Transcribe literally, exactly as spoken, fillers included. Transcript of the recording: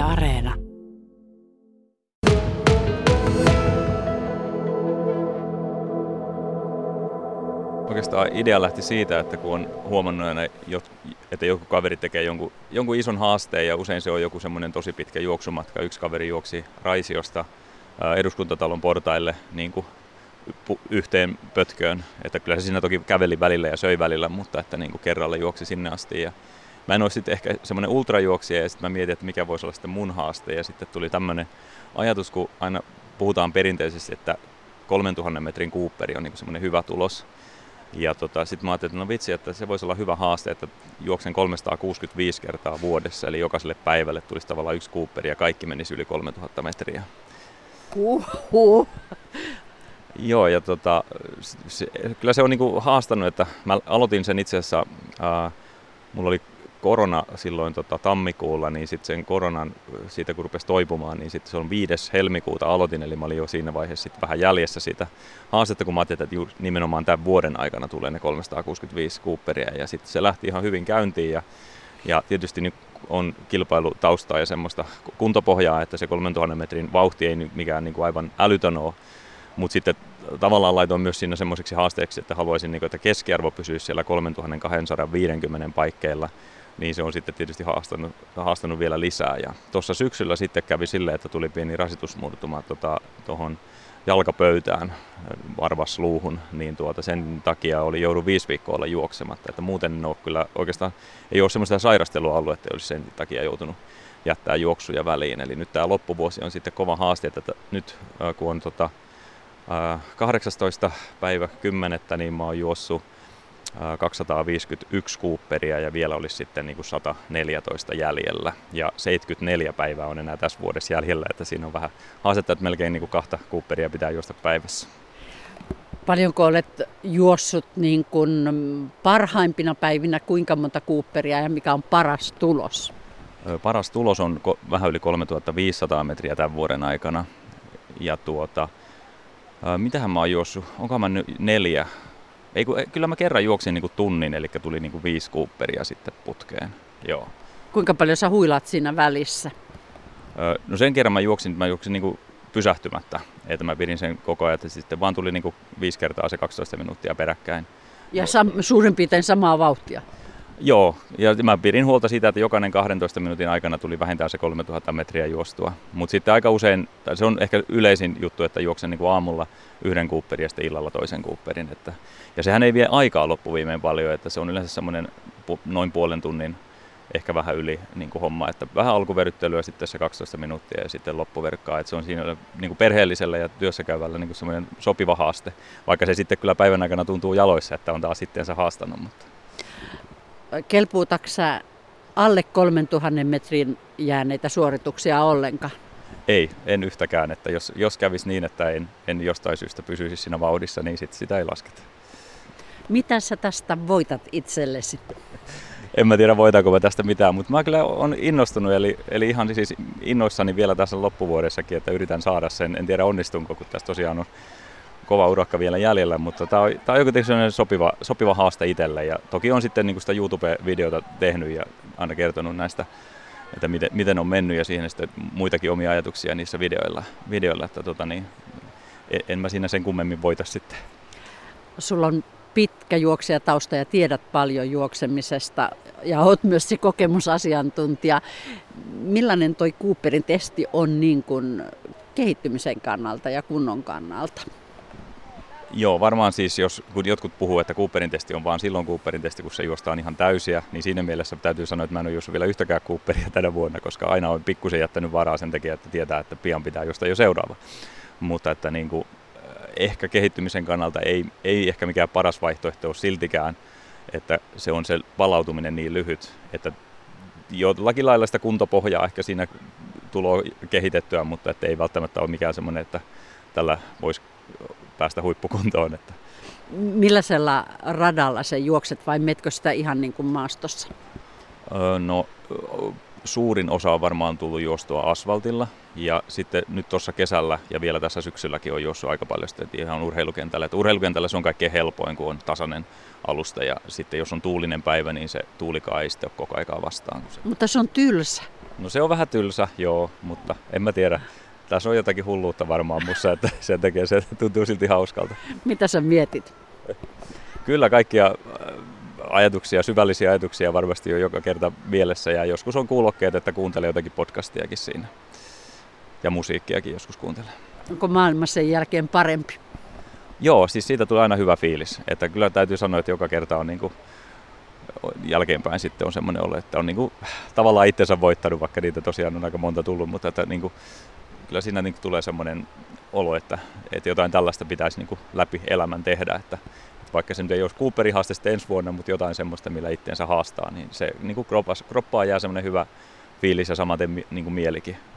Areena. Oikeastaan idea lähti siitä, että kun on huomannut aina, että joku kaveri tekee jonkun, jonkun ison haasteen ja usein se on joku semmoinen tosi pitkä juoksumatka. Yksi kaveri juoksi Raisiosta Eduskuntatalon portaille niin kuin yhteen pötköön, että kyllä se siinä toki käveli välillä ja söi välillä, mutta että niin kuin kerralla juoksi sinne asti. Ja mä en ole sitten ehkä semmoinen ultrajuoksija ja sitten mä mietin, että mikä voisi olla sitten mun haaste ja sitten tuli tämmöinen ajatus, kun aina puhutaan perinteisesti, että kolmentuhannen metrin Cooperi on niin kuin semmoinen hyvä tulos. Ja tota, sitten mä ajattelin, että no vitsi, että se voisi olla hyvä haaste, että juoksen kolmesataakuusikymmentäviisi kertaa vuodessa, eli jokaiselle päivälle tulisi tavallaan yksi Cooperi ja kaikki menisi yli kolmetuhatta metriä. Uhuh. Joo, ja tota, se, kyllä se on niinku haastanut, että mä aloitin sen itse asiassa, ää, mulla oli korona silloin tota, tammikuulla, niin sitten sen koronan, siitä kun rupesi toipumaan, niin sitten se on viides helmikuuta aloitin, eli mä olin jo siinä vaiheessa sit vähän jäljessä sitä haastetta, kun mä ajattelin, että ju, nimenomaan tämän vuoden aikana tulee ne kolmesataakuusikymmentäviisi Cooperia, ja sitten se lähti ihan hyvin käyntiin, ja, ja tietysti nyt on kilpailutaustaa ja semmoista kuntopohjaa, että se kolmentuhannen metrin vauhti ei mikään niin kuin aivan älytön ole, mutta sitten tavallaan laitoin myös siinä semmoiseksi haasteeksi, että haluaisin, niin kuin, että keskiarvo pysyisi siellä kolmetuhattakaksisataaviisikymmentä paikkeilla, niin se on sitten tietysti haastanut, haastanut vielä lisää. Ja tuossa syksyllä sitten kävi silleen, että tuli pieni rasitusmurtuma tuohon tota, jalkapöytään, varvasluuhun, niin tuota, sen takia oli joudun viisi viikkoa olla juoksematta. Että muuten en ole kyllä oikeastaan, ei ole semmoista sairastelua ollut, että olisi sen takia joutunut jättää juoksuja väliin. Eli nyt tämä loppuvuosi on sitten kova haaste, että nyt kun on tota, kahdeksastoista päivä kymmenettä, niin mä oon juossut kaksisataaviisikymmentäyksi Cooperia ja vielä olisi sitten niin kuin sata neljätoista jäljellä. Ja seitsemänkymmentäneljä päivää on enää tässä vuodessa jäljellä, että siinä on vähän haastetta, että melkein niin kuin kahta Cooperia pitää juosta päivässä. Paljonko olet juossut niin kuin parhaimpina päivinä, kuinka monta Cooperia ja mikä on paras tulos? Paras tulos on vähän yli kolmetuhattaviisisataa metriä tämän vuoden aikana. Ja tuota, mitähän mä oon juossut? Onko mä nyt neljä? Ei, kun, kyllä mä kerran juoksin niin kuin tunnin, eli tuli niin kuin viisi Cooperia sitten putkeen. Joo. Kuinka paljon sä huilat siinä välissä? Öö, no sen kerran mä juoksin, mä juoksin niin kuin pysähtymättä, että mä pidin sen koko ajan, että sitten vaan tuli niin kuin viisi kertaa se kaksitoista minuuttia peräkkäin. Ja sam- suurin piirtein samaa vauhtia? Joo, ja mä pidin huolta siitä, että jokainen kahdentoista minuutin aikana tuli vähintään se kolmetuhatta metriä juostua. Mutta sitten aika usein, se on ehkä yleisin juttu, että juoksen niin kuin aamulla yhden Cooperin ja sitten illalla toisen Cooperin. Että, ja sehän ei vie aikaa loppuviimein paljon, että se on yleensä semmoinen noin puolen tunnin, ehkä vähän yli niin kuin homma. Että vähän alkuveryttelyä, sitten se kaksitoista minuuttia ja sitten loppuverkkaa. Että se on siinä niin kuin perheellisellä ja työssäkäyvällä niin kuin semmoinen sopiva haaste, vaikka se sitten kyllä päivän aikana tuntuu jaloissa, että on taas sitteensä haastanut. Mutta. Kelpuutatko sä alle kolmentuhannen metrin jääneitä suorituksia ollenkaan? Ei, en yhtäkään. Että jos, jos kävisi niin, että en, en jostain syystä pysyisi siinä vauhdissa, niin sit sitä ei lasketa. Mitä sä tästä voitat itsellesi? En mä tiedä voitaanko mä tästä mitään, mutta mä kyllä olen innostunut, eli, eli ihan siis innoissani vielä tässä loppuvuodessakin, että yritän saada sen. En tiedä onnistunko, kun tässä tosiaan on kova urakka vielä jäljellä, mutta tämä on, tämä on jotenkin sellainen sopiva, sopiva haaste itselle. Ja toki on sitten niin sitä YouTube-videota tehnyt ja aina kertonut näistä, että miten, miten on mennyt ja siihen sitten muitakin omia ajatuksia niissä videoilla. videoilla että tota niin, en mä siinä sen kummemmin voita sitten. Sulla on pitkä juoksijatausta ja tiedät paljon juoksemisesta ja olet myös se kokemusasiantuntija. Millainen toi Cooperin testi on niin kuin kehittymisen kannalta ja kunnon kannalta? Joo, varmaan siis, jos kun jotkut puhuu, että Cooperin testi on vaan silloin Cooperin testi, kun se juostaan ihan täysiä, niin siinä mielessä täytyy sanoa, että mä en ole juossut vielä yhtäkään Cooperia tänä vuonna, koska aina on pikkusen jättänyt varaa sen takia, että tietää, että pian pitää juosta jo seuraava. Mutta että niin kuin, ehkä kehittymisen kannalta ei, ei ehkä mikään paras vaihtoehto ole siltikään, että se on se palautuminen niin lyhyt, että jollakin lailla sitä kuntopohjaa ehkä siinä tulee kehitettyä, mutta että ei välttämättä ole mikään semmoinen, että tällä voisi päästä huippukuntoon. Että. Millaisella radalla sä juokset vai metkö sitä ihan niin kuin maastossa? Öö, no suurin osa on varmaan tullut juostua asfaltilla ja sitten nyt tuossa kesällä ja vielä tässä syksylläkin on juossut aika paljon sitten ihan urheilukentällä. Että urheilukentällä se on kaikkein helpoin, kun on tasainen alusta ja sitten jos on tuulinen päivä, niin se tuulikaan ei sitten ole koko aikaa vastaan. Se. Mutta se on tylsä. No se on vähän tylsä, joo, mutta en mä tiedä. Tässä on jotakin hulluutta varmaan mussa, että sen tekee se, tuntuu silti hauskalta. Mitä sä mietit? Kyllä kaikkia ajatuksia, syvällisiä ajatuksia varmasti on joka kerta mielessä ja joskus on kuulokkeet, että kuuntelee jotakin podcastiakin siinä. Ja musiikkiakin joskus kuuntelee. Onko maailma sen jälkeen parempi? Joo, siis siitä tulee aina hyvä fiilis. Että kyllä täytyy sanoa, että joka kerta on niin kuin jälkeenpäin sitten on semmoinen olo, että on niin kuin tavallaan itsensä voittanut, vaikka niitä tosiaan on aika monta tullut, mutta että niin kuin, kyllä siinä niin kuin tulee semmoinen olo, että, että jotain tällaista pitäisi niin kuin läpi elämän tehdä, että, että vaikka se nyt ei olisi Cooperin haaste sitten ensi vuonna, mutta jotain semmoista, millä itteensä haastaa, niin se niin kuin kroppas, kroppaan jää semmoinen hyvä fiilis ja samaten niin kuin mielikin